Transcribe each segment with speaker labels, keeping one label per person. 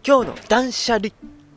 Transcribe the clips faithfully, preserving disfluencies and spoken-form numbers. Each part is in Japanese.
Speaker 1: 今日の断捨離。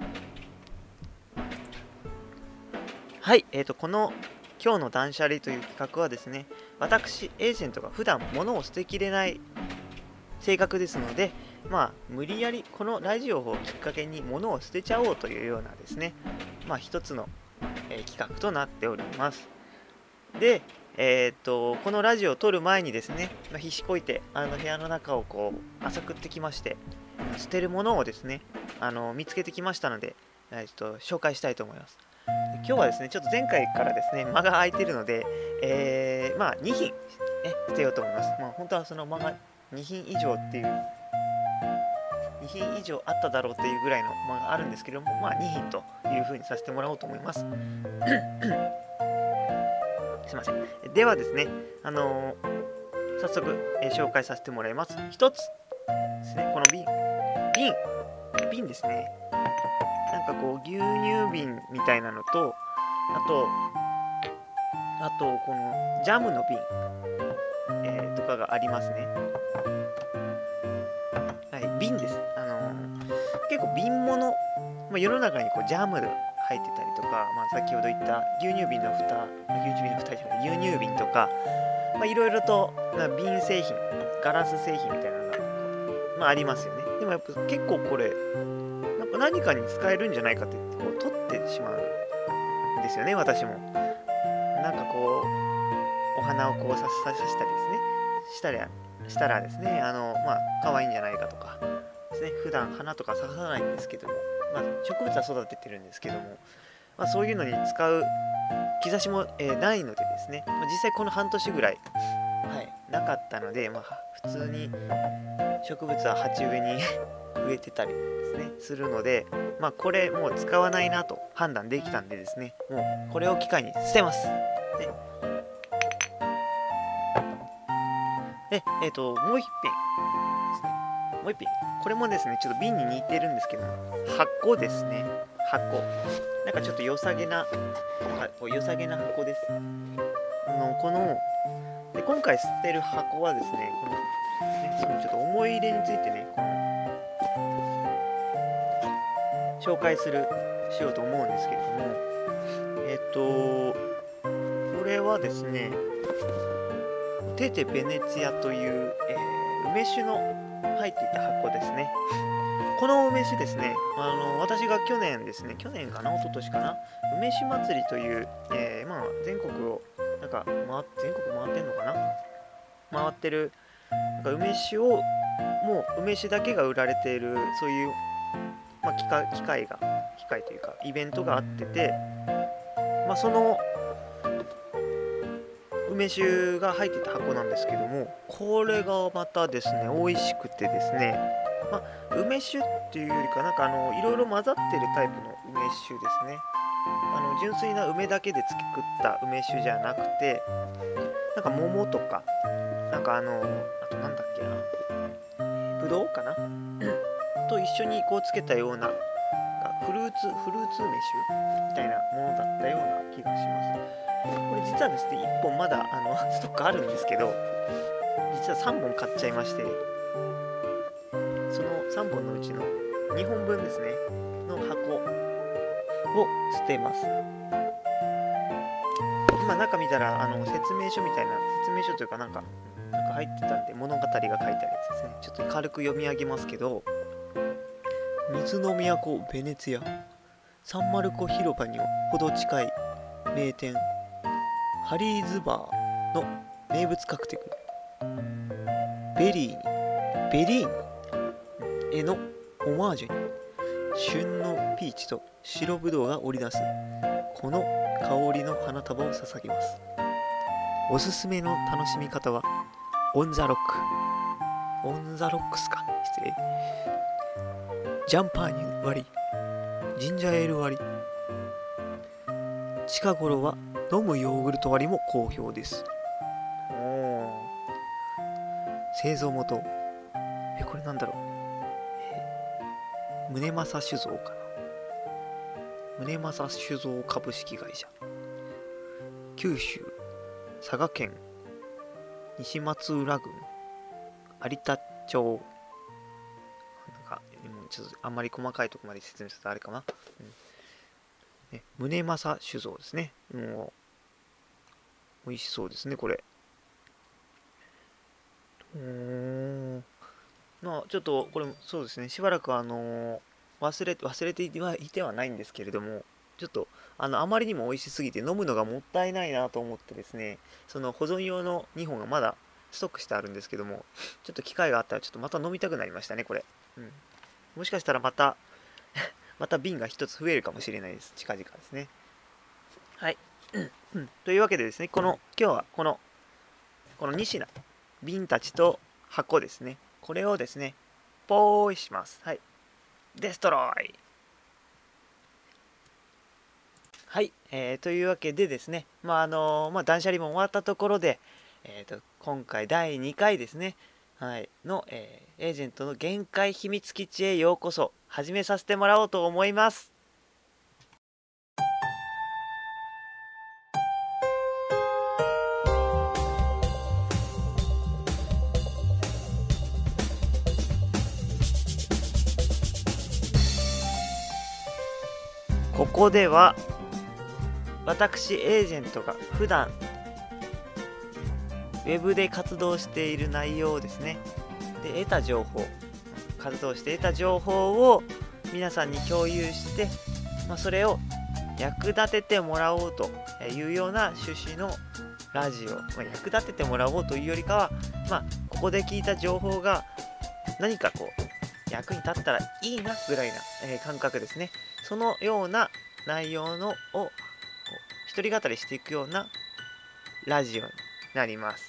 Speaker 1: はい、えーと、この今日の断捨離という企画はですね、私、エージェントが普段物を捨てきれない性格ですので、まあ、無理やりこのラジオをきっかけに物を捨てちゃおうというようなですね、まあ、一つの、えー企画となっております。で、えーと、このラジオを撮る前にですね、まあ、ひしこいて、あの部屋の中をこう、浅くってきまして、捨てるものをですね、あの見つけてきましたので、えーと、紹介したいと思います。今日はですね、ちょっと前回からですね、間が空いているので、えー、まあにひん、ね、捨てようと思います。まあ本当はその間がにひん以上っていう、にひん以上あっただろうっていうぐらいの間があるんですけども、まあにひんという風にさせてもらおうと思います。すいません。ではですね、あのー、早速、えー紹介させてもらいます。一つですね、この瓶、瓶、瓶ですね。なんかこう、牛乳瓶みたいなのと、あと、あと、このジャムの瓶、えーとかがありますね。はい、瓶です。あのー結構瓶物、まあ、世の中にこうジャム入ってたりとか、まあ、先ほど言った牛乳瓶の蓋、牛乳瓶の蓋じゃない、牛乳瓶とか、まあ、いろいろと、まあ、瓶製品、ガラス製品みたいなのが、まあ、ありますよね。でもやっぱ結構これ、なんか何かに使えるんじゃないかってこう取ってしまうんですよね、私も。なんかこう、お花をこうささしたりですね、したら、したらですね、あの、まあ、可愛いんじゃないかとかですね、普段花とか咲かないんですけども、まあ、植物は育ててるんですけども、まあ、そういうのに使う兆しも、えーないのでですね、まあ、実際この半年ぐらい、はい、なかったので、まあ、普通に植物は鉢植えに植えてたりですね、するので、まあ、これもう使わないなと判断できたんでですね、もうこれを機会に捨てます。ね、で、えっ、と、もう一品ですね。もう一品。これもですね、ちょっと瓶に似てるんですけども、箱ですね。箱。なんかちょっと良さげな、はこう良さげな箱です。あの、この、で今回捨てる箱はですね、この、ね、そのちょっと思い入れについてね、この、紹介する、しようと思うんですけれども、えっ、と、これはですね、テテベネツィアという、えー梅酒の入っていた箱ですね。この梅酒ですね、あの私が去年ですね、去年かな、一昨年かな、梅酒祭りという、えーまあ、全国を、なんか、ま、全国回ってんのかな、回ってる、なんか梅酒を、もう梅酒だけが売られている、そういう、まあ、機会機会が、機会というか、イベントがあってて、まあ、その梅酒が入ってた箱なんですけども、これがまたですね、美味しくてですね、まあ、梅酒っていうよりか、なんかあの、いろいろ混ざってるタイプの梅酒ですね。あの、純粋な梅だけで作った梅酒じゃなくて、なんか桃とか、なんかあの、あとなんだっけな、ぶどうかなと一緒にこうつけたような、フルーツ、フルーツ梅酒みたいなものだったような気がします。これ実はですね、いっぽんまだあのストックあるんですけど、実はさんぼん買っちゃいまして、そのさんぼんのうちのにほんぶんですね、の箱を捨てます。今中見たら、あの説明書みたいな、説明書というかなんか、なんか入ってたんで、物語が書いてあるやつですね。ちょっと軽く読み上げますけど、水の都ベネツィア、サンマルコ広場にほど近い名店、ハリーズバーの名物カクテル、ベリーに、ベリーニへのオマージュに、旬のピーチと白ぶどうが織り出す、この香りの花束を捧げます。おすすめの楽しみ方は、オンザロック。オンザロックスか。失礼。ジャンパーニュ割り、ジンジャーエール割り、近頃は飲むヨーグルト割りも好評です。おー。製造元。え、これなんだろう。え、宗正酒造かな。宗正酒造株式会社。九州、佐賀県、西松浦郡、有田町。なんか、 ちょっとあんまり細かいところまで説明するとあれかな。うんね、宗正酒造ですね。もう、美味しそうですね、これ。うーん。まあ、ちょっと、これもそうですね、しばらくあのー忘れ、忘れていてはいてはないんですけれども、ちょっと、あの、あまりにも美味しすぎて飲むのがもったいないなと思ってですね、その保存用のにほんがまだストックしてあるんですけども、ちょっと機会があったらちょっとまた飲みたくなりましたね、これ。うん。もしかしたらまた、また瓶が一つ増えるかもしれないです。近々ですね。はい。うん、というわけでですね、この、今日はこの、このに品、瓶たちと箱ですね。これをですね、ポーイします。はい。デストロイ。はい。えー、というわけでですね、まあ、あのー、まあ、断捨離も終わったところで、えーと、今回だいにかいですね、はい、の、えー、エージェントの限界秘密基地へようこそ、始めさせてもらおうと思います。ここでは、私エージェントが普段ウェブで活動している内容ですね。で、得た情報、活動して得た情報を皆さんに共有して、まあ、それを役立ててもらおうというような趣旨のラジオ、まあ、役立ててもらおうというよりかは、まあ、ここで聞いた情報が何かこう役に立ったらいいなぐらいな、えー感覚ですね。そのような内容のをこう一人語りしていくようなラジオになります。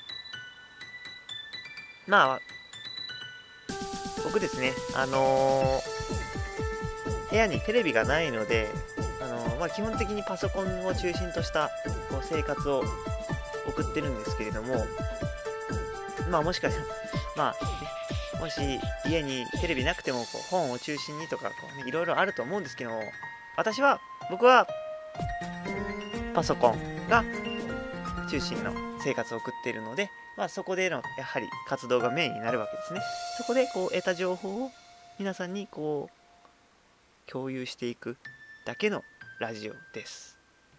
Speaker 1: まあ僕ですね、あのー部屋にテレビがないので、あのーまあ、基本的にパソコンを中心としたこう生活を送ってるんですけれども、まあもしかしたら、まあ、もし家にテレビなくてもこう本を中心にとかこう、ね、いろいろあると思うんですけど、私は、僕はパソコンが中心の生活を送っているので、まあ、そこでのやはり活動がメインになるわけですね。そこでこう得た情報を皆さんにこう共有していくだけのラジオです。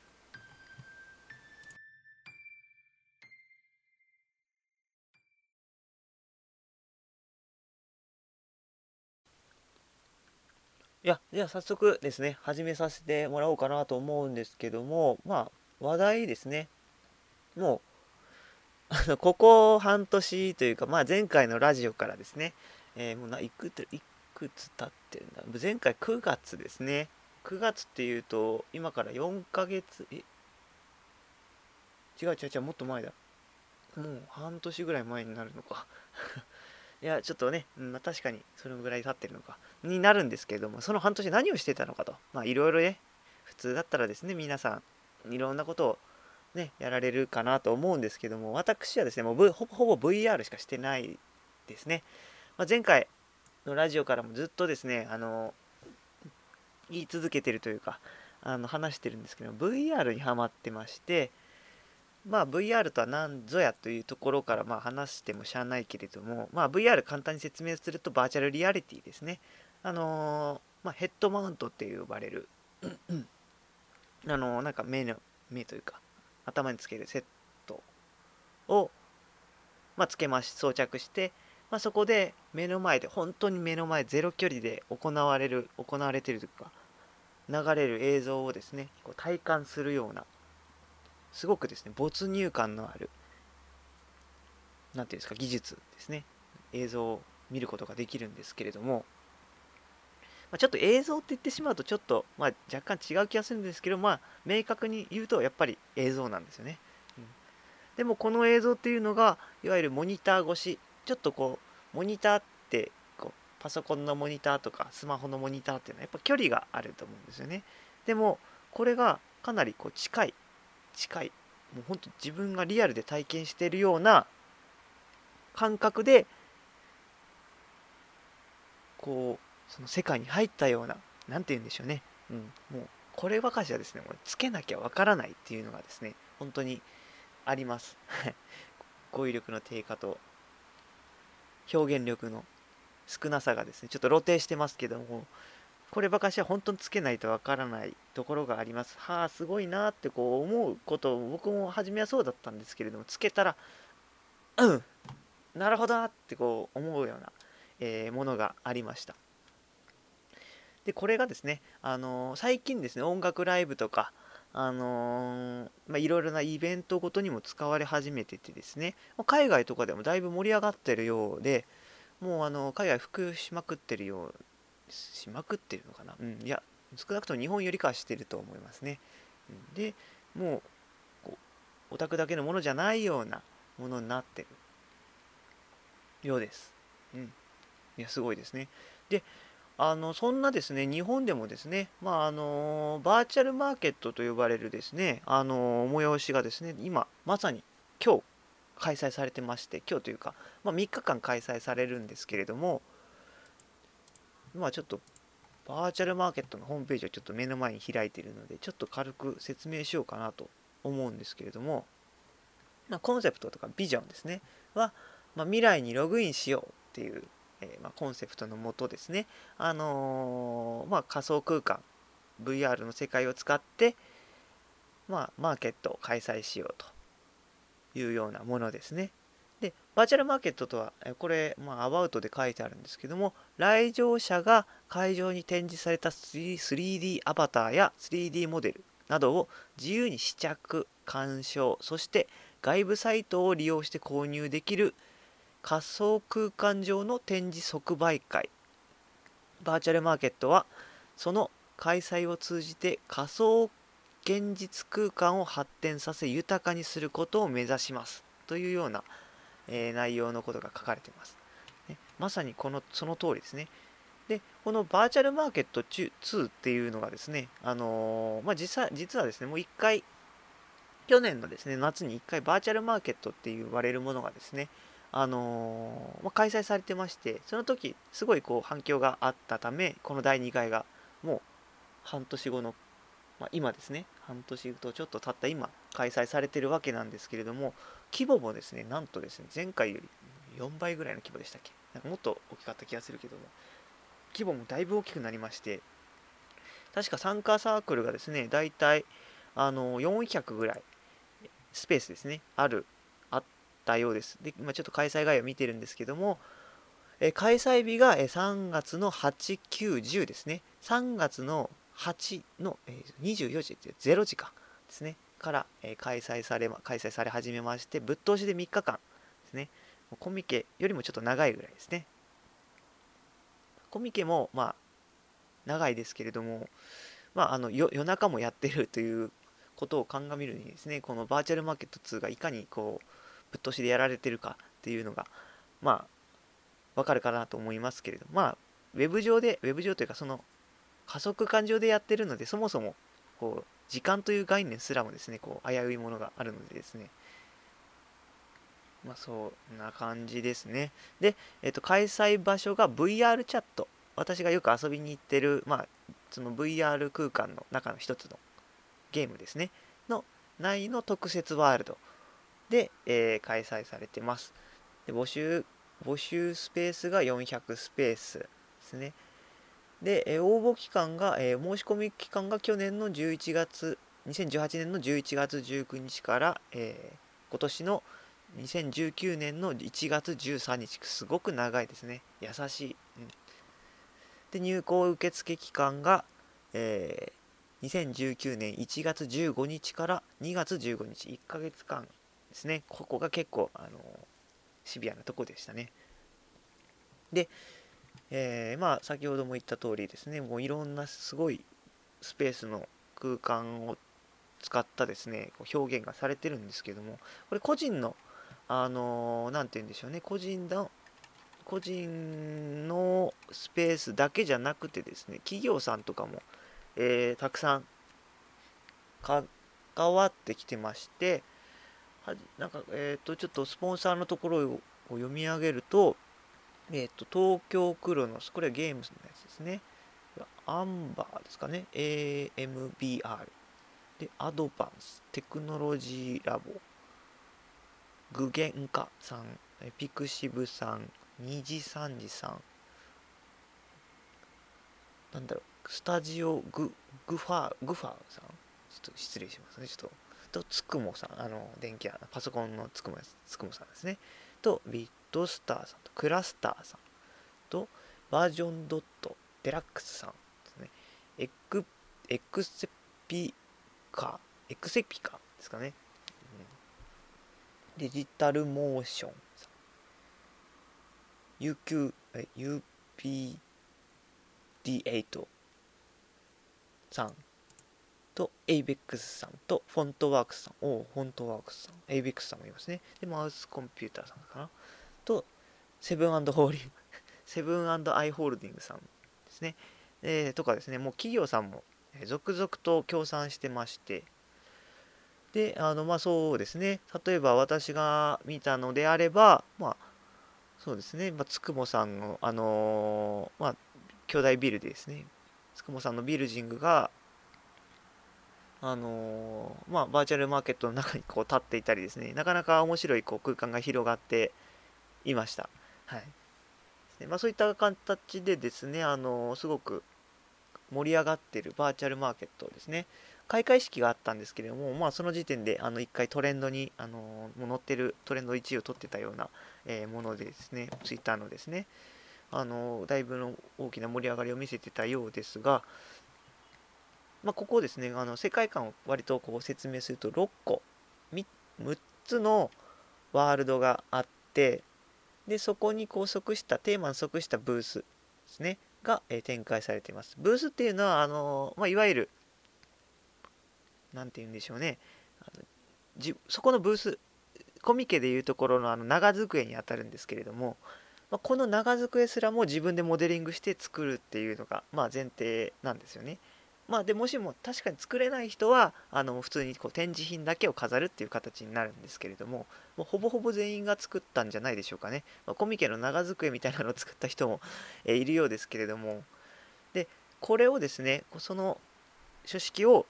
Speaker 1: いや、じゃあ早速ですね、始めさせてもらおうかなと思うんですけども、まあ、話題ですね。もう、あの、ここ半年というか、まあ前回のラジオからですね、えーもうないくつ、いくつ経ってるんだ。前回くがつですね。くがつっていうと、今からよんかげつ、え、違う違う違う、もっと前だ。もう半年ぐらい前になるのか。いや、ちょっとね、うん、まあ、確かにそれぐらい経ってるのか。になるんですけれども、その半年何をしてたのかと。まあいろいろね、普通だったらですね、皆さん、いろんなことをね、やられるかなと思うんですけども、私はですね、もう、v、ほぼほぼ ブイアール しかしてないですね。まあ、前回のラジオからもずっとですね、あの、言い続けてるというか、あの話してるんですけど、ブイアール にハマってまして、まあ ブイアール とは何ぞやというところからまあ話してもしゃあないけれども、まあ ブイアール 簡単に説明するとバーチャルリアリティですね。あのーまあ、ヘッドマウントって呼ばれる、あのーなんか目の、目というか、頭につけるセットを、まあ、つけまし、装着して、まあ、そこで目の前で、本当に目の前、ゼロ距離で行われる、行われているというか、流れる映像をですね、こう体感するような、すごくですね、没入感のある、なんていうんですか、技術ですね、映像を見ることができるんですけれども、まあ、ちょっと映像って言ってしまうと、ちょっと、まあ、若干違う気がするんですけど、まあ、明確に言うと、やっぱり映像なんですよね。うん、でも、この映像っていうのが、いわゆるモニター越し、ちょっとこう、モニターって、こうパソコンのモニターとか、スマホのモニターっていうのは、やっぱ距離があると思うんですよね。でも、これがかなりこう近い、近い、もう本当自分がリアルで体験しているような感覚で、こう、その世界に入ったような、なんて言うんでしょうね。うん、もう、こればかしはですね、もうつけなきゃわからないっていうのがですね、本当にあります。語彙力の低下と表現力の少なさがですね、ちょっと露呈してますけども、こればかしは本当につけないとわからないところがあります。はあ、すごいなってこう思うことを僕も初めはそうだったんですけれども、つけたら、うん、なるほどなってこう思うような、えーものがありました。で、これがですね、あのー最近ですね、音楽ライブとか、あのーまあ、いろいろなイベントごとにも使われ始めててですね、海外とかでもだいぶ盛り上がってるようで、もうあの海外普及しまくってるようしまくってるのかな、うん、いや少なくとも日本よりかはしてると思いますね。でもうこうオタクだけのものじゃないようなものになってるようです。うん、いやすごいですね。であのそんなですね日本でもですね、まああのバーチャルマーケットと呼ばれるですねあの催しがですね今まさに今日開催されてまして、今日というか、まあ、みっかかん開催されるんですけれども、まあちょっとバーチャルマーケットのホームページをちょっと目の前に開いているので、ちょっと軽く説明しようかなと思うんですけれども、まあ、コンセプトとかビジョンですね、は、まあ、未来にログインしようっていう、えーまあ、コンセプトのもとですね、あのーまあ、仮想空間、ブイアール の世界を使って、まあ、マーケットを開催しようというようなものですね。で、バーチャルマーケットとは、これ、まあ、アバウトで書いてあるんですけども、来場者が会場に展示された スリーディー アバターや スリーディー モデルなどを自由に試着、鑑賞、そして外部サイトを利用して購入できる仮想空間上の展示即売会。バーチャルマーケットは、その開催を通じて仮想現実空間を発展させ豊かにすることを目指しますというようなえー内容のことが書かれています。ね、まさにこのその通りですね。で、このバーチャルマーケットツーっていうのがですね、あのーまあ、実際、実はですね、もう一回、去年のですね、夏に一回バーチャルマーケットって言われるものがですね、あのーまあ、開催されてまして、その時、すごいこう反響があったため、このだいにかいがもう半年後の、まあ、今ですね、半年とちょっと経った今、開催されてるわけなんですけれども、規模もですね、なんとですね、前回よりよんばいぐらいの規模でしたっけ？なんかもっと大きかった気がするけども、規模もだいぶ大きくなりまして、確か参加サークルがですね、だいたいあのよんひゃくぐらいスペースですね、ある、あったようです。で、今ちょっと開催概要を見てるんですけども、え開催日がえさんがつのはち、く、じゅうですね。さんがつのはちの、えにじゅうよじってれいじかですね。から、え開催され、開催され始めまして、ぶっ通しでみっかかんですね。コミケよりもちょっと長いぐらいですね。コミケも、まあ、長いですけれども、まあ、あの夜中もやってるということを鑑みるにですね、このバーチャルマーケットツーがいかにこうぶっ通しでやられてるかっていうのが、まあ、わかるかなと思いますけれど、まあ、ウェブ上で、ウェブ上というか、その加速感上でやってるので、そもそもこう時間という概念すらもですね、こう危ういものがあるのでですね、まあ、そんな感じですね。で、えっと、開催場所が ブイアール チャット。私がよく遊びに行ってる、まあ、その ブイアール 空間の中の一つのゲームですね。の内の特設ワールドで、えー開催されてます。で、募集、募集スペースがよんひゃくスペースですね。で、えー応募期間が、えー申し込み期間が去年のじゅういちがつ、にせんじゅうはちねんのじゅういちがつじゅうくにちから、えー今年のにせんじゅうきゅうねんのいちがつじゅうさんにち、すごく長いですね。優しい。うん、で、入校受付期間が、えーにせんじゅうきゅうねんいちがつじゅうごにちからにがつじゅうごにち、いっかげつかんですね。ここが結構、あのシビアなとこでしたね。で、えーまあ、先ほども言った通りですね、もういろんなすごいスペースの空間を使ったですね、表現がされてるんですけども、これ個人の、あのーなんて言うんでしょうね、個人の、個人のスペースだけじゃなくてですね、企業さんとかも、えーたくさん関わってきてまして、はなんか、えっ、と、ちょっとスポンサーのところを読み上げると、えっ、と、東京クロノス、これはゲームのやつですね。アンバーですかね。エーエムビーアール。で、アドバンス、テクノロジーラボ、具現化さん、ピクシブさん、にじさんじさん、 なんだろう、スタジオググファーグファーさん、ちょっと失礼しますね。ちょっととつくもさん、あの電気屋パソコンのつくもつくもさんですね。とビットスターさんとクラスターさんとバージョンドットデラックスさんですね。エクエクセピカエクセピカですかね。デジタルモーションさん、ユーキュー え ユーピーディーエイト さんと エイベックス さんとフォントワークスさん、おフォントワークスさん、エイベックス さんもいますね。でマウスコンピューターさんかなとセブン&ホーリングセブン&アイ・ホールディングさんですね、えー、とかですね、もう企業さんも続々と協賛してまして、であのまあそうですね、例えば私が見たのであれば、まあそうですね、まあ、つくもさんのあのーまあ巨大ビルでですね、つくもさんのビルジングがあのーまあバーチャルマーケットの中にこう立っていたりですね、なかなか面白いこう空間が広がっていました。はい。まあ、そういった形でですね、あのーすごく盛り上がっているバーチャルマーケットですね。開会式があったんですけれども、まあ、その時点であのいっかいトレンドに、あのもう載ってるトレンドいちいを取ってたような、えーものでですね、ツイッターのですね、あのだいぶの大きな盛り上がりを見せてたようですが、まあ、ここですね、あの世界観を割とこう説明するとろっこ、みむっつのワールドがあって、でそこにこう即したテーマに即したブースですねが、えー展開されています。ブースっていうのはあの、まあ、いわゆるなんて言うんでしょうね、あのじそこのブース、コミケでいうところのあの長机にあたるんですけれども、まあ、この長机すらも自分でモデリングして作るっていうのが、まあ、前提なんですよね。まあでもしも確かに作れない人はあの普通にこう展示品だけを飾るっていう形になるんですけれども、もうほぼほぼ全員が作ったんじゃないでしょうかね。まあ、コミケの長机みたいなのを作った人も、えーいるようですけれども、でこれをですね、その書式を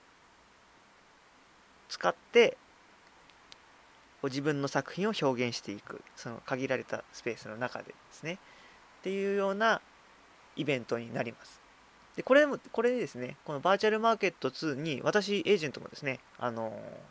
Speaker 1: 使ってこう自分の作品を表現していく、その限られたスペースの中でですねっていうようなイベントになります。でこれもこれでですね、このバーチャルマーケットツーに私エージェントもですね、あのー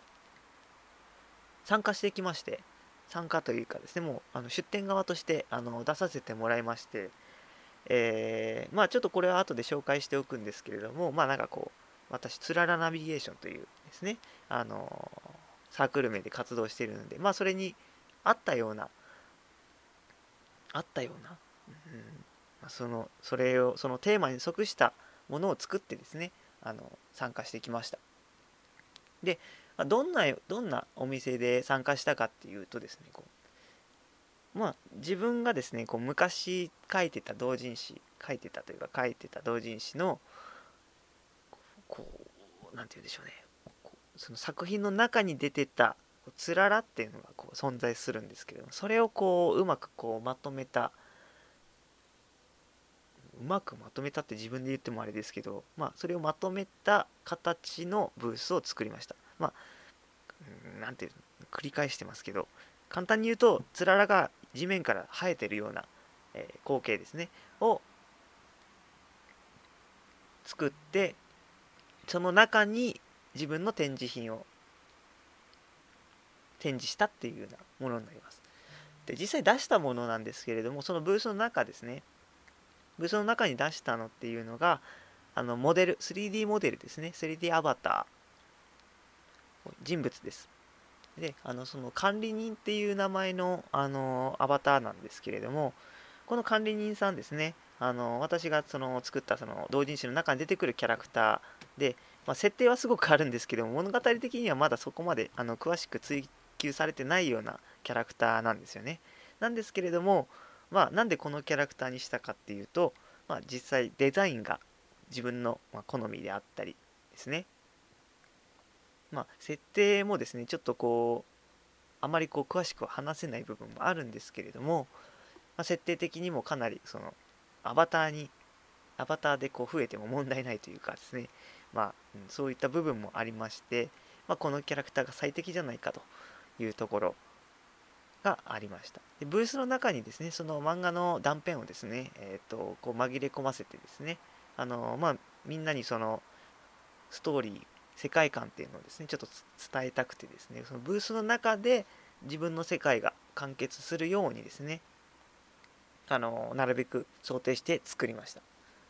Speaker 1: 参加してきまして、参加というかですね、もうあの出店側としてあの出させてもらいまして、えーまあちょっとこれは後で紹介しておくんですけれども、まあなんかこう私つららナビゲーションというですね、あのサークル名で活動しているので、まあそれに合ったようなあったような、うんまあ、そのそれをそのテーマに即したものを作ってですね、あの参加してきました。でどんなどんなお店で参加したかっていうとですね、こうまあ自分がですねこう昔書いてた同人誌書いてたというか書いてた同人誌のこうなんて言うんでしょうね、こうその作品の中に出てたつららっていうのがこう存在するんですけれども、それをこううまくこうまとめたうまくまとめたって自分で言ってもあれですけど、まあ、それをまとめた形のブースを作りました。まあ、うんなんていうの、繰り返してますけど、簡単に言うと、つららが地面から生えてるような、えー光景ですね、を作って、その中に自分の展示品を展示したっていうようなものになります。で、実際出したものなんですけれども、そのブースの中ですね、ブースの中に出したのっていうのが、あのモデル スリーディー モデルですね、 スリーディー アバター人物です。であのその管理人っていう名前の、あのアバターなんですけれども、この管理人さんですね、あの私がその作ったその同人誌の中に出てくるキャラクターで、まあ、設定はすごくあるんですけども、物語的にはまだそこまであの詳しく追求されてないようなキャラクターなんですよね。なんですけれども、まあ、なんでこのキャラクターにしたかっていうと、まあ、実際デザインが自分の好みであったりですね、まあ、設定もですねちょっとこうあまりこう詳しくは話せない部分もあるんですけれども、まあ、設定的にもかなりそのアバターにアバターでこう増えても問題ないというかですね、まあ、うんそういった部分もありまして、まあ、このキャラクターが最適じゃないかというところがありました。でブースの中にですねその漫画の断片をですね、えー、とこう紛れ込ませてですね、 あのまあみんなにそのストーリー世界観っていうのをですねちょっと伝えたくてですね、そのブースの中で自分の世界が完結するようにですね、あのなるべく想定して作りました。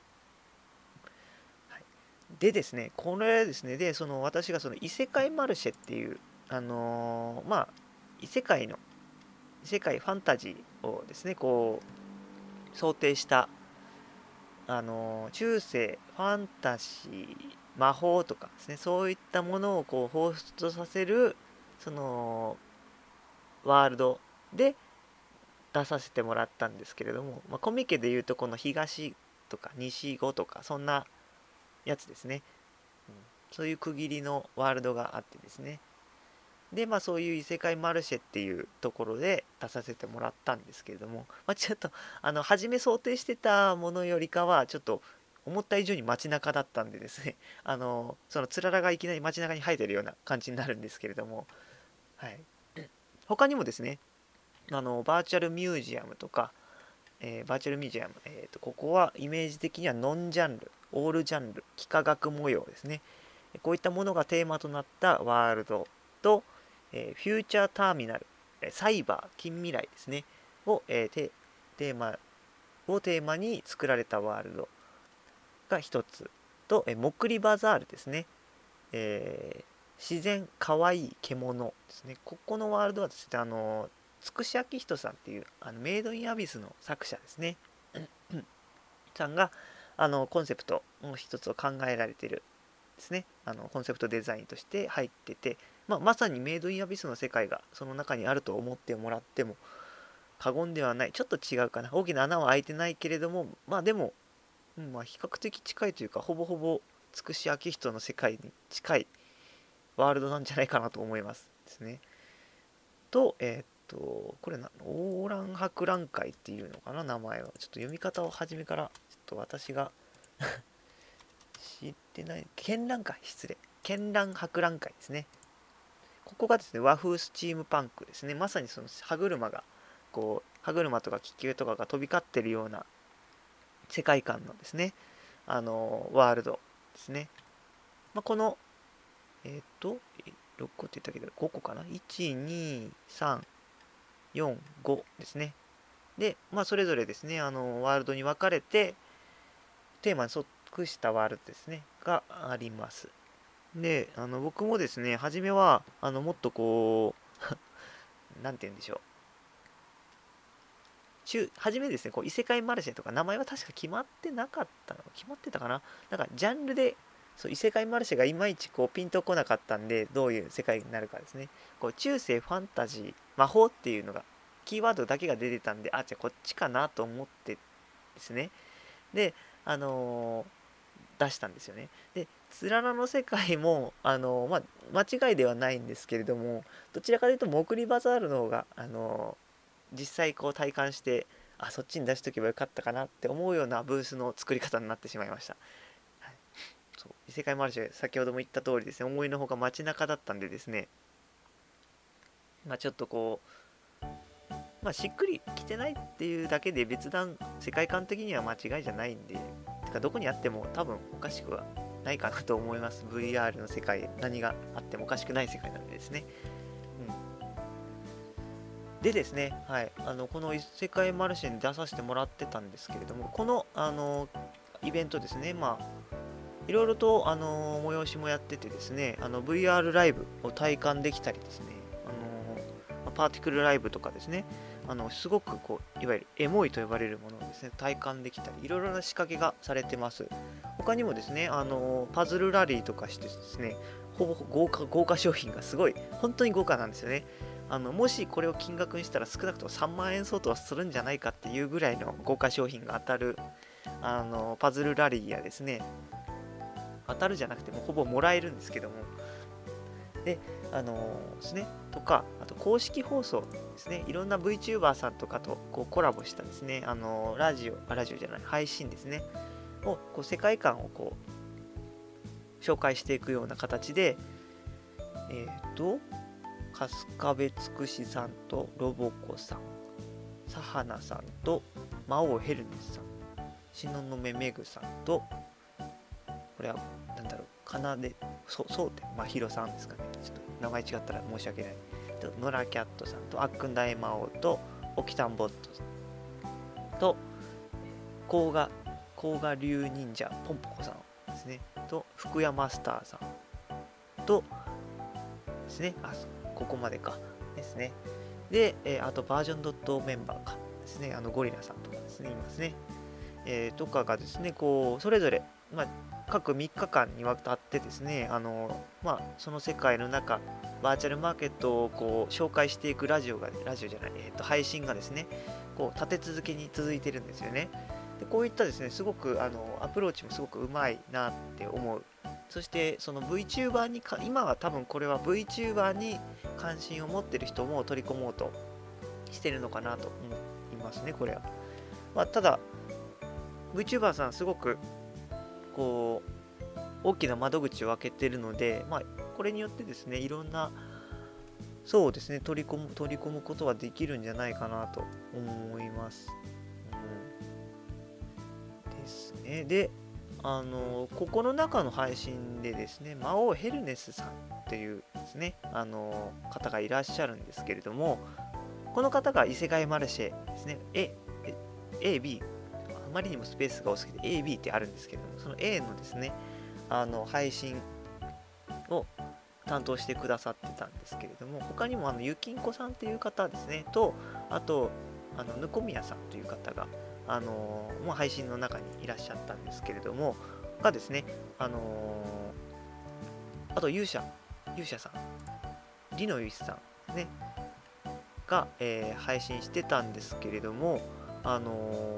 Speaker 1: はい、でですね、これですね、でその私がその異世界マルシェっていうあのーまあ異世界の異世界ファンタジーをですねこう想定したあの中世ファンタジー魔法とかですね、そういったものをこう彷彿とさせるそのワールドで出させてもらったんですけれども、まあ、コミケでいうとこの東とか西語とかそんなやつですね、うん、そういう区切りのワールドがあってですね、でまあそういう異世界マルシェっていうところで出させてもらったんですけれども、まあ、ちょっとあの初め想定してたものよりかはちょっと思った以上に街中だったんでですね、あのそのつららがいきなり街中に生えてるような感じになるんですけれども、はい、他にもですね、あのバーチャルミュージアムとか、えーバーチャルミュージアム、えーと、ここはイメージ的にはノンジャンル、オールジャンル、幾何学模様ですね。こういったものがテーマとなったワールドと、えーフューチャーターミナル、サイバー、近未来ですね、を、えーテテーマをテーマに作られたワールドが一つと、えー、モクリバザールですね、えー自然かわいい獣ですね。ここのワールドはですね、あのつくしあきひとさんっていうあのメイドインアビスの作者ですねさんがあのコンセプトの一つを考えられているですね、あのコンセプトデザインとして入ってて、まあ、まさにメイドインアビスの世界がその中にあると思ってもらっても過言ではない。ちょっと違うかな、大きな穴は開いてないけれども、まあでも、うん、まあ比較的近いというか、ほぼほぼつくしあきひとの世界に近いワールドなんじゃないかなと思いますですね。と、えーっと、これな、オーラン博覧会っていうのかな、名前は。ちょっと読み方を初めから、ちょっと私が知ってない。絢爛会、失礼。絢爛博覧会ですね。ここがですね、和風スチームパンクですね。まさにその歯車が、こう、歯車とか気球とかが飛び交ってるような世界観のですね、あのワールドですね。まあ、この、えっ、と、ろっこって言ったけど、ごこかな ?いち、に、さん、よん、ごですね。で、まあ、それぞれですね、あのワールドに分かれて、テーマに即したワールドですね、があります。で、あの僕もですね、初めは、あのもっとこう、なんて言うんでしょう。中、初めですね、こう異世界マルシェとか、名前は確か決まってなかったの、決まってたかな。なんか、ジャンルで、そう異世界マルシェがいまいちこうピンとこなかったんで、どういう世界になるかですね。こう中世ファンタジー、魔法っていうのが、キーワードだけが出てたんで、あ、じゃあこっちかなと思ってですね。で、あのー出したんですよね。で、つららの世界も、あのーまあ、間違いではないんですけれども、どちらかというと、モクリバザールの方が、あのー実際こう体感して、あ、そっちに出しとけばよかったかなって思うようなブースの作り方になってしまいました。はい、そう異世界マルシェ、先ほども言った通りですね、思いのほか街中だったんでですね、まあ、ちょっとこう、まあ、しっくりきてないっていうだけで別段世界観的には間違いじゃないんで、てかどこにあっても多分おかしくはないかなと思います。ブイアール の世界、何があってもおかしくない世界なんでですね。でですね、はい、あのこの異世界マルシェに出させてもらってたんですけれども、この、あのイベントですね、まあ、いろいろと、あの催しもやっててですね、あの ブイアール ライブを体感できたりですね、あのパーティクルライブとかですね、あのすごくこういわゆるエモいと呼ばれるものをですね体感できたり、いろいろな仕掛けがされてます。他にもですね、あのパズルラリーとかしてですね、ほぼ豪華豪華商品がすごい本当に豪華なんですよね。あのもしこれを金額にしたら少なくともさんまんえん相当はするんじゃないかっていうぐらいの豪華商品が当たるあのパズルラリーやですね、当たるじゃなくてもほぼもらえるんですけども、で、あのーですね、とか、あと公式放送ですね、いろんな VTuber さんとかとこうコラボしたですね、あのーラジオ、あ、ラジオじゃない、配信ですね、をこう世界観をこう紹介していくような形で、えっ、ー、と、春日部つくしさんとロボコさん、サハナさんと魔王ヘルネスさん、東雲めぐさんとこれはなんだろう、かなでそそうてまひろさんですかね。ちょっと名前違ったら申し訳ない。とノラキャットさんとあっくん大魔王とオキタンボットと甲賀甲賀流忍者ポンポコさんですね。と福山マスターさんとですね。あ、ここまでかですね。で、えーあとバージョンドットメンバーかですね。あのゴリラさんとかですね、いますね。えーとかがですね、こうそれぞれ、まあ、各みっかかんにわたってですね、あのまあ、その世界の中、バーチャルマーケットをこう紹介していくラジオが、ラジオじゃない、えーと配信がですね、こう立て続けに続いてるんですよね。でこういったですね、すごくあのアプローチもすごくうまいなって思う。そしてその VTuber にか、今は多分これは VTuber に関心を持ってる人も取り込もうとしてるのかなと思いますね、これは。まあ、ただ、VTuber さんすごくこう大きな窓口を開けてるので、まあ、これによってですね、いろんなそうですね、取り込む取り込むことはできるんじゃないかなと思います。うん、ですね。で、あのここの中の配信でですね、魔王ヘルネスさんっていうですね、あの方がいらっしゃるんですけれども、この方が異世界マルシェですね、A、A、B、あまりにもスペースが多すぎて エービー ってあるんですけども、その A のですね、あの配信を担当してくださってたんですけれども、他にもあのゆきんこさんっていう方ですね、と、あと、あのぬこみやさんという方が、あのー、もう配信の中にいらっしゃったんですけれども、がですね、あのー、あと勇者、勇者さん、リノユイスさんね、が、えー配信してたんですけれども、あの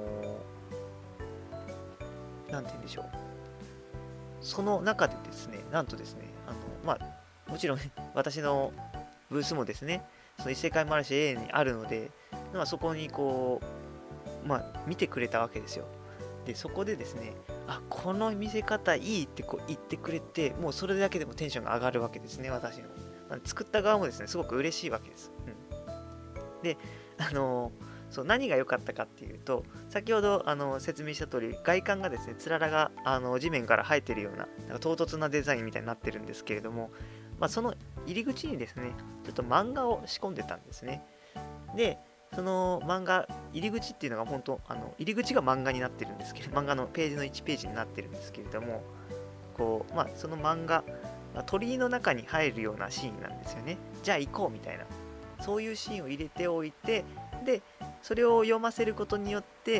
Speaker 1: ーなんて言うんでしょう。その中でですね、なんとですね、あの、まあ、もちろん私のブースもですね、その異世界マルシェ A にあるので、まあ、そこにこう、まあ、見てくれたわけですよ。で、そこでですね、あ、この見せ方いいってこう言ってくれて、もうそれだけでもテンションが上がるわけですね、私の。まあ作った側もですね、すごく嬉しいわけです。うん、で、あのーそう何が良かったかっていうと、先ほどあの説明した通り、外観がですね、つららがあの地面から生えてるような、なんか唐突なデザインみたいになってるんですけれども、まあ、その入り口にですね、ちょっと漫画を仕込んでたんですね。で、その漫画、入り口っていうのが本当、あの入り口が漫画になってるんですけど、漫画のページのいちページになってるんですけれども、こう、まあ、その漫画、まあ鳥居の中に入るようなシーンなんですよね。じゃあ行こうみたいな。そういうシーンを入れておいて、で、それを読ませることによって、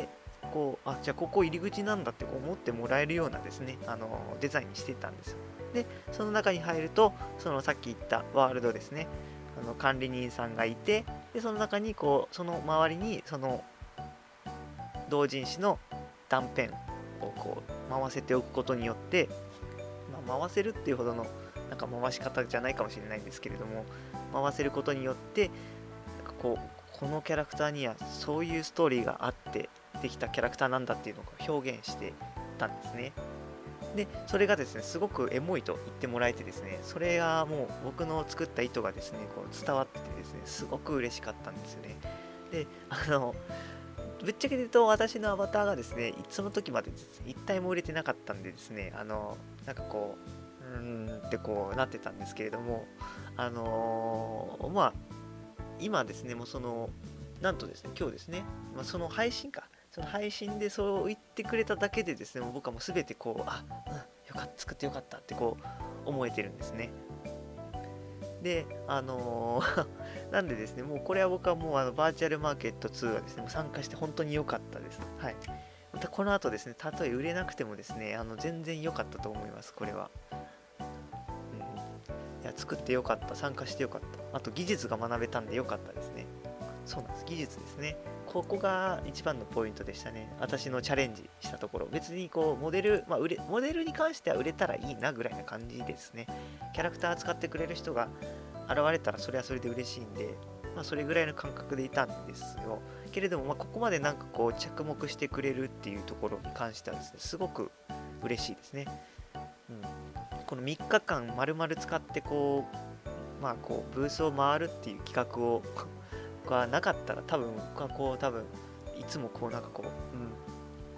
Speaker 1: こう、あ、じゃあここ入り口なんだってこう思ってもらえるようなですね、あの、デザインにしてたんですよ。で、その中に入ると、そのさっき言ったワールドですね、あの管理人さんがいて、で、その中にこう、その周りに、その同人誌の断片をこう、回せておくことによって、まあ、回せるっていうほどの、なんか回し方じゃないかもしれないんですけれども、回せることによって、なんかこう、このキャラクターにはそういうストーリーがあってできたキャラクターなんだっていうのを表現してたんですね。で、それがですね、すごくエモいと言ってもらえてですね、それがもう僕の作った意図がですね、こう伝わっててですね、すごく嬉しかったんですよね。で、あの、ぶっちゃけ言うと私のアバターがですね、その時までですね、一体も売れてなかったんでですね、あの、なんかこう、うーんってこうなってたんですけれども、あのーまあ、今ですね、もうその、なんとですね、今日ですね、まあ、その配信か、その配信でそう言ってくれただけでですね、もう僕はもうすべてこう、あ、うん、よかった、作ってよかったってこう思えてるんですね。で、あのーなんでですね、もうこれは僕はもうあのバーチャルマーケットツーはですね、もう参加して本当に良かったです。はい。またこの後ですね、たとえ売れなくてもですね、あの全然良かったと思います、これは。うん、いや、作って良かった、参加して良かった。あと技術が学べたんで良かったですね。そうなんです。技術ですね。ここが一番のポイントでしたね。私のチャレンジしたところ。別にこう、モデル、まあ、売れ、モデルに関しては売れたらいいなぐらいな感じですね。キャラクター使ってくれる人が現れたらそれはそれで嬉しいんで、まあ、それぐらいの感覚でいたんですよ。けれども、まあ、ここまでなんかこう、着目してくれるっていうところに関してはですね、すごく嬉しいですね。うん。このみっかかん丸々使ってこう、まあこう、ブースを回るっていう企画をがなかったら多分僕はこう多分いつもこうなんかこう、うん、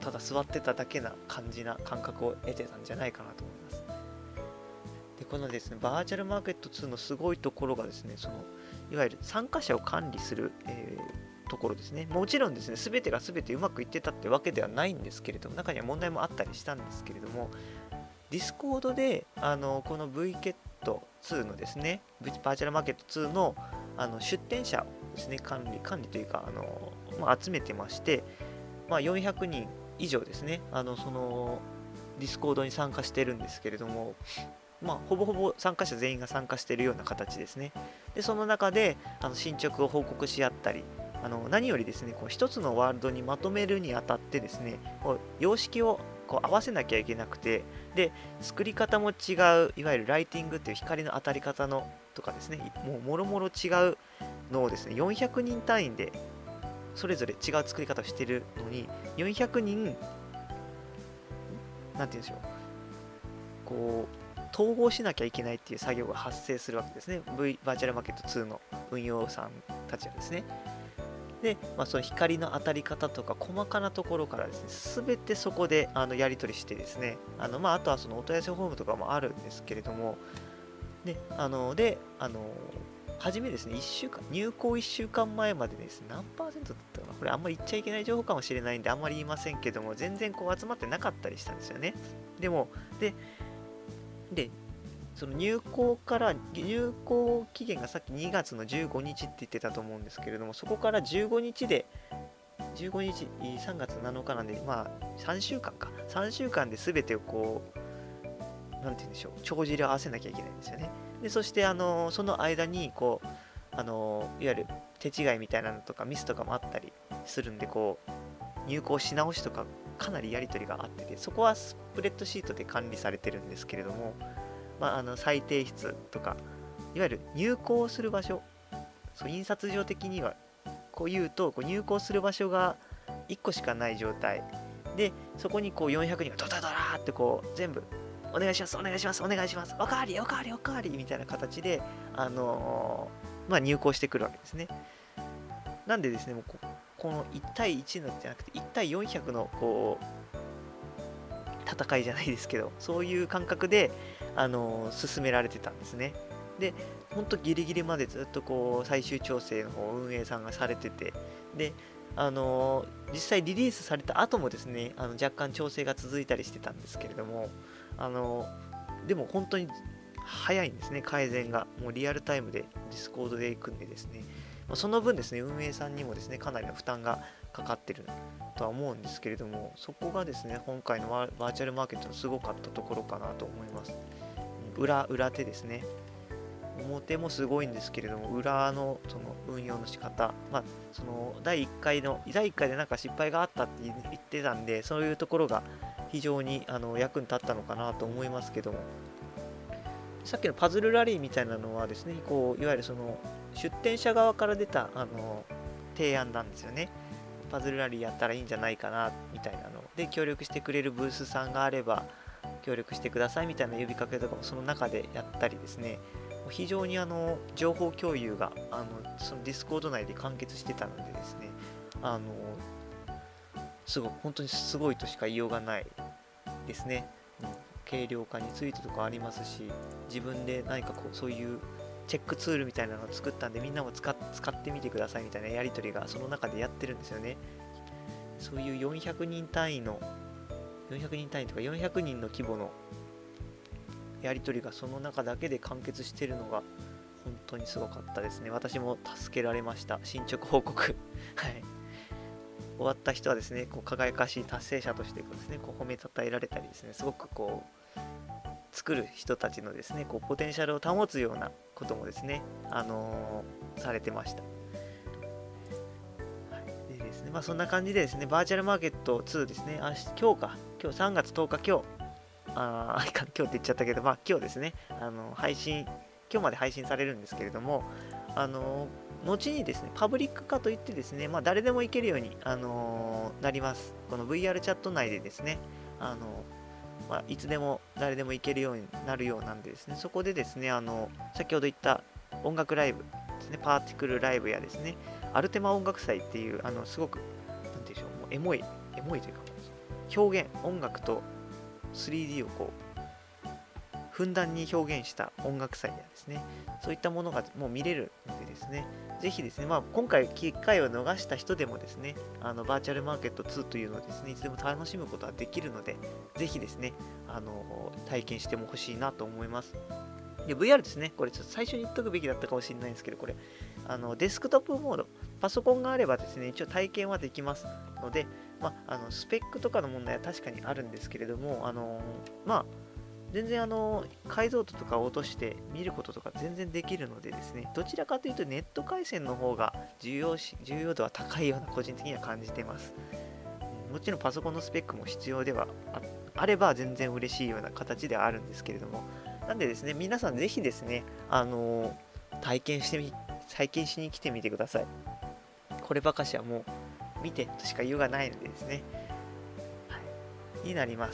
Speaker 1: ただ座ってただけな感じな感覚を得てたんじゃないかなと思います。でこのですねバーチャルマーケットツーのすごいところがですね、そのいわゆる参加者を管理する、えー、ところですね。もちろんですね全てが全てうまくいってたってわけではないんですけれども、中には問題もあったりしたんですけれども、ディスコードであのこの ブイケットツーのですねバーチャルマーケットツーのあの出展者をですね管理管理というかあの、まあ、集めてまして、まあ、よんひゃくにん以上ですねあのそのディスコードに参加してるんですけれども、まあ、ほぼほぼ参加者全員が参加しているような形ですね。でその中であの進捗を報告し合ったり、あの何よりですねこう一つのワールドにまとめるにあたってですねこう様式をこう合わせなきゃいけなくて、で作り方も違う、いわゆるライティングっていう光の当たり方のとかですね、もうもろもろ違うのをですねよんひゃくにん単位でそれぞれ違う作り方をしているのに、よんひゃくにんなんて言うんでしょう、こう統合しなきゃいけないっていう作業が発生するわけですね。V バーチャルマーケットツーの運用さんたちはですね。で、まあ、その光の当たり方とか細かなところからですね、すべてそこであのやり取りしてですね、あのまあ、あとはそのお問い合わせフォームとかもあるんですけれども、で、あの、で、あの、初めですね、いっしゅうかん、入校いっしゅうかんまえまでですね、何パーセントだったかな、これあんまり言っちゃいけない情報かもしれないんで、あんまり言いませんけども、全然こう集まってなかったりしたんですよね。でも、で、で、その入校から入校期限がさっきにがつのじゅうごにちって言ってたと思うんですけれども、そこからじゅうごにちでじゅうごにちさんがつなのかなんで、まあさんしゅうかんかさんしゅうかんで全てをこうなんて言うんでしょう、帳尻を合わせなきゃいけないんですよね。でそしてあのその間にこうあのいわゆる手違いみたいなのとかミスとかもあったりするんで、こう入校し直しとかかなりやり取りがあってて、そこはスプレッドシートで管理されてるんですけれども、まあ、あの再提出とかいわゆる入校する場所、そう印刷上的にはこう言うとこう入校する場所がいっこしかない状態で、そこにこうよんひゃくにんがドタドラーってこう全部お願いしますお願いしますお願いしますおかわりおかわりおかわりみたいな形で、あのー、まあ、入校してくるわけですね。なんでですねもうここのいち対いちのじゃなくていち対よんひゃくのこう戦いじゃないですけど、そういう感覚で、あのー、進められてたんですね。で、ほんとギリギリまでずっとこう最終調整の方を運営さんがされてて、で、あのー、実際リリースされた後もですね、あの若干調整が続いたりしてたんですけれども、あのー、でも本当に早いんですね、改善が。もうリアルタイムでディスコードで行くんでですね、その分ですね、運営さんにもですね、かなりの負担がかかってるとは思うんですけれども、そこがですね、今回のバーチャルマーケットのすごかったところかなと思います。裏、裏手ですね。表もすごいんですけれども、裏のその運用の仕方、まあ、そのだいいっかいの、だいいっかいでなんか失敗があったって言ってたんで、そういうところが非常にあの役に立ったのかなと思いますけども、さっきのパズルラリーみたいなのはですね、こういわゆるその出店者側から出たあの提案なんですよね。パズルラリーやったらいいんじゃないかなみたいなので、協力してくれるブースさんがあれば協力してくださいみたいな呼びかけとかもその中でやったりですね、非常にあの情報共有があのそのディスコード内で完結してたのでですね、あのすごい本当にすごいとしか言いようがないですね。うん、軽量化についてとかありますし、自分で何かこうそういうチェックツールみたいなのを作ったんで、みんなも使っ使ってみてくださいみたいなやり取りがその中でやってるんですよね。そういうよんひゃくにん単位のよんひゃくにん単位とかよんひゃくにんの規模のやり取りがその中だけで完結してるのが本当にすごかったですね。私も助けられました。進捗報告はい、終わった人はですね、こう輝かしい達成者としてですね、こう褒めたたえられたりですね、すごくこう作る人たちのですね、こうポテンシャルを保つようなこともですね、あのー、されてました。はい、でですね、まあそんな感じでですね、バーチャルマーケットツーですね、あ今日か、今日さんがつとおか、今日、あ今日って言っちゃったけど、まあ今日ですね、あの配信、今日まで配信されるんですけれども、あの後にですね、パブリック化といってですね、まあ誰でも行けるように、あのー、なります。この ブイアール チャット内でですね、あのまあ、いつでも誰でも行けるようになるようなんでですね、そこでですね、あの先ほど言った音楽ライブですね、パーティクルライブやですね、アルテマ音楽祭っていう、あのすごく、なんていうんでしょう、もうエモい、エモいというか、 表現、音楽と スリーディー をこうふんだんに表現した音楽祭やですね、そういったものがもう見れるのでですね、ぜひですね、まあ、今回機会を逃した人でもですね、あのバーチャルマーケットツーというのをですね、いつでも楽しむことができるので、ぜひですね、あの体験してもほしいなと思います。で、ブイアール ですね、これちょっと最初に言っとくべきだったかもしれないんですけど、これ、あのデスクトップモード、パソコンがあればですね、一応体験はできますので、まあ、あのスペックとかの問題は確かにあるんですけれども、あのまあ、全然あの解像度とかを落として見ることとか全然できるのでですね、どちらかというとネット回線の方が重要し重要度は高いような個人的には感じてます。もちろんパソコンのスペックも必要では あ, あれば全然嬉しいような形ではあるんですけれども、なんでですね、皆さんぜひですね、あの体験してみ、体験しに来てみてください。こればかしはもう見てとしか言いようがないのでですね、はい、になります。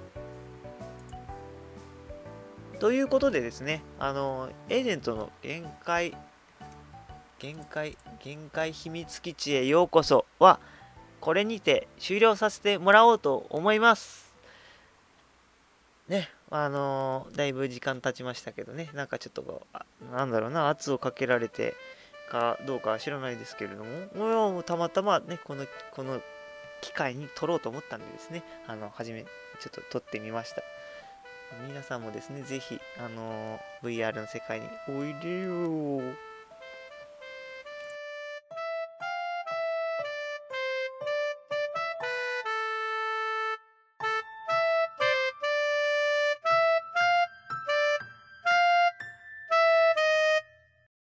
Speaker 1: ということでですね、あの、エージェントの限界、限界、限界秘密基地へようこそは、これにて終了させてもらおうと思います。ね、あのだいぶ時間経ちましたけどね、なんかちょっと、なんだろうな、圧をかけられてかどうかは知らないですけれども、もうたまたまね、この、この機会に撮ろうと思ったんでですね、あの、はじめ、ちょっと撮ってみました。皆さんもですね、ぜひ、あのー、ブイアール の世界においでよー。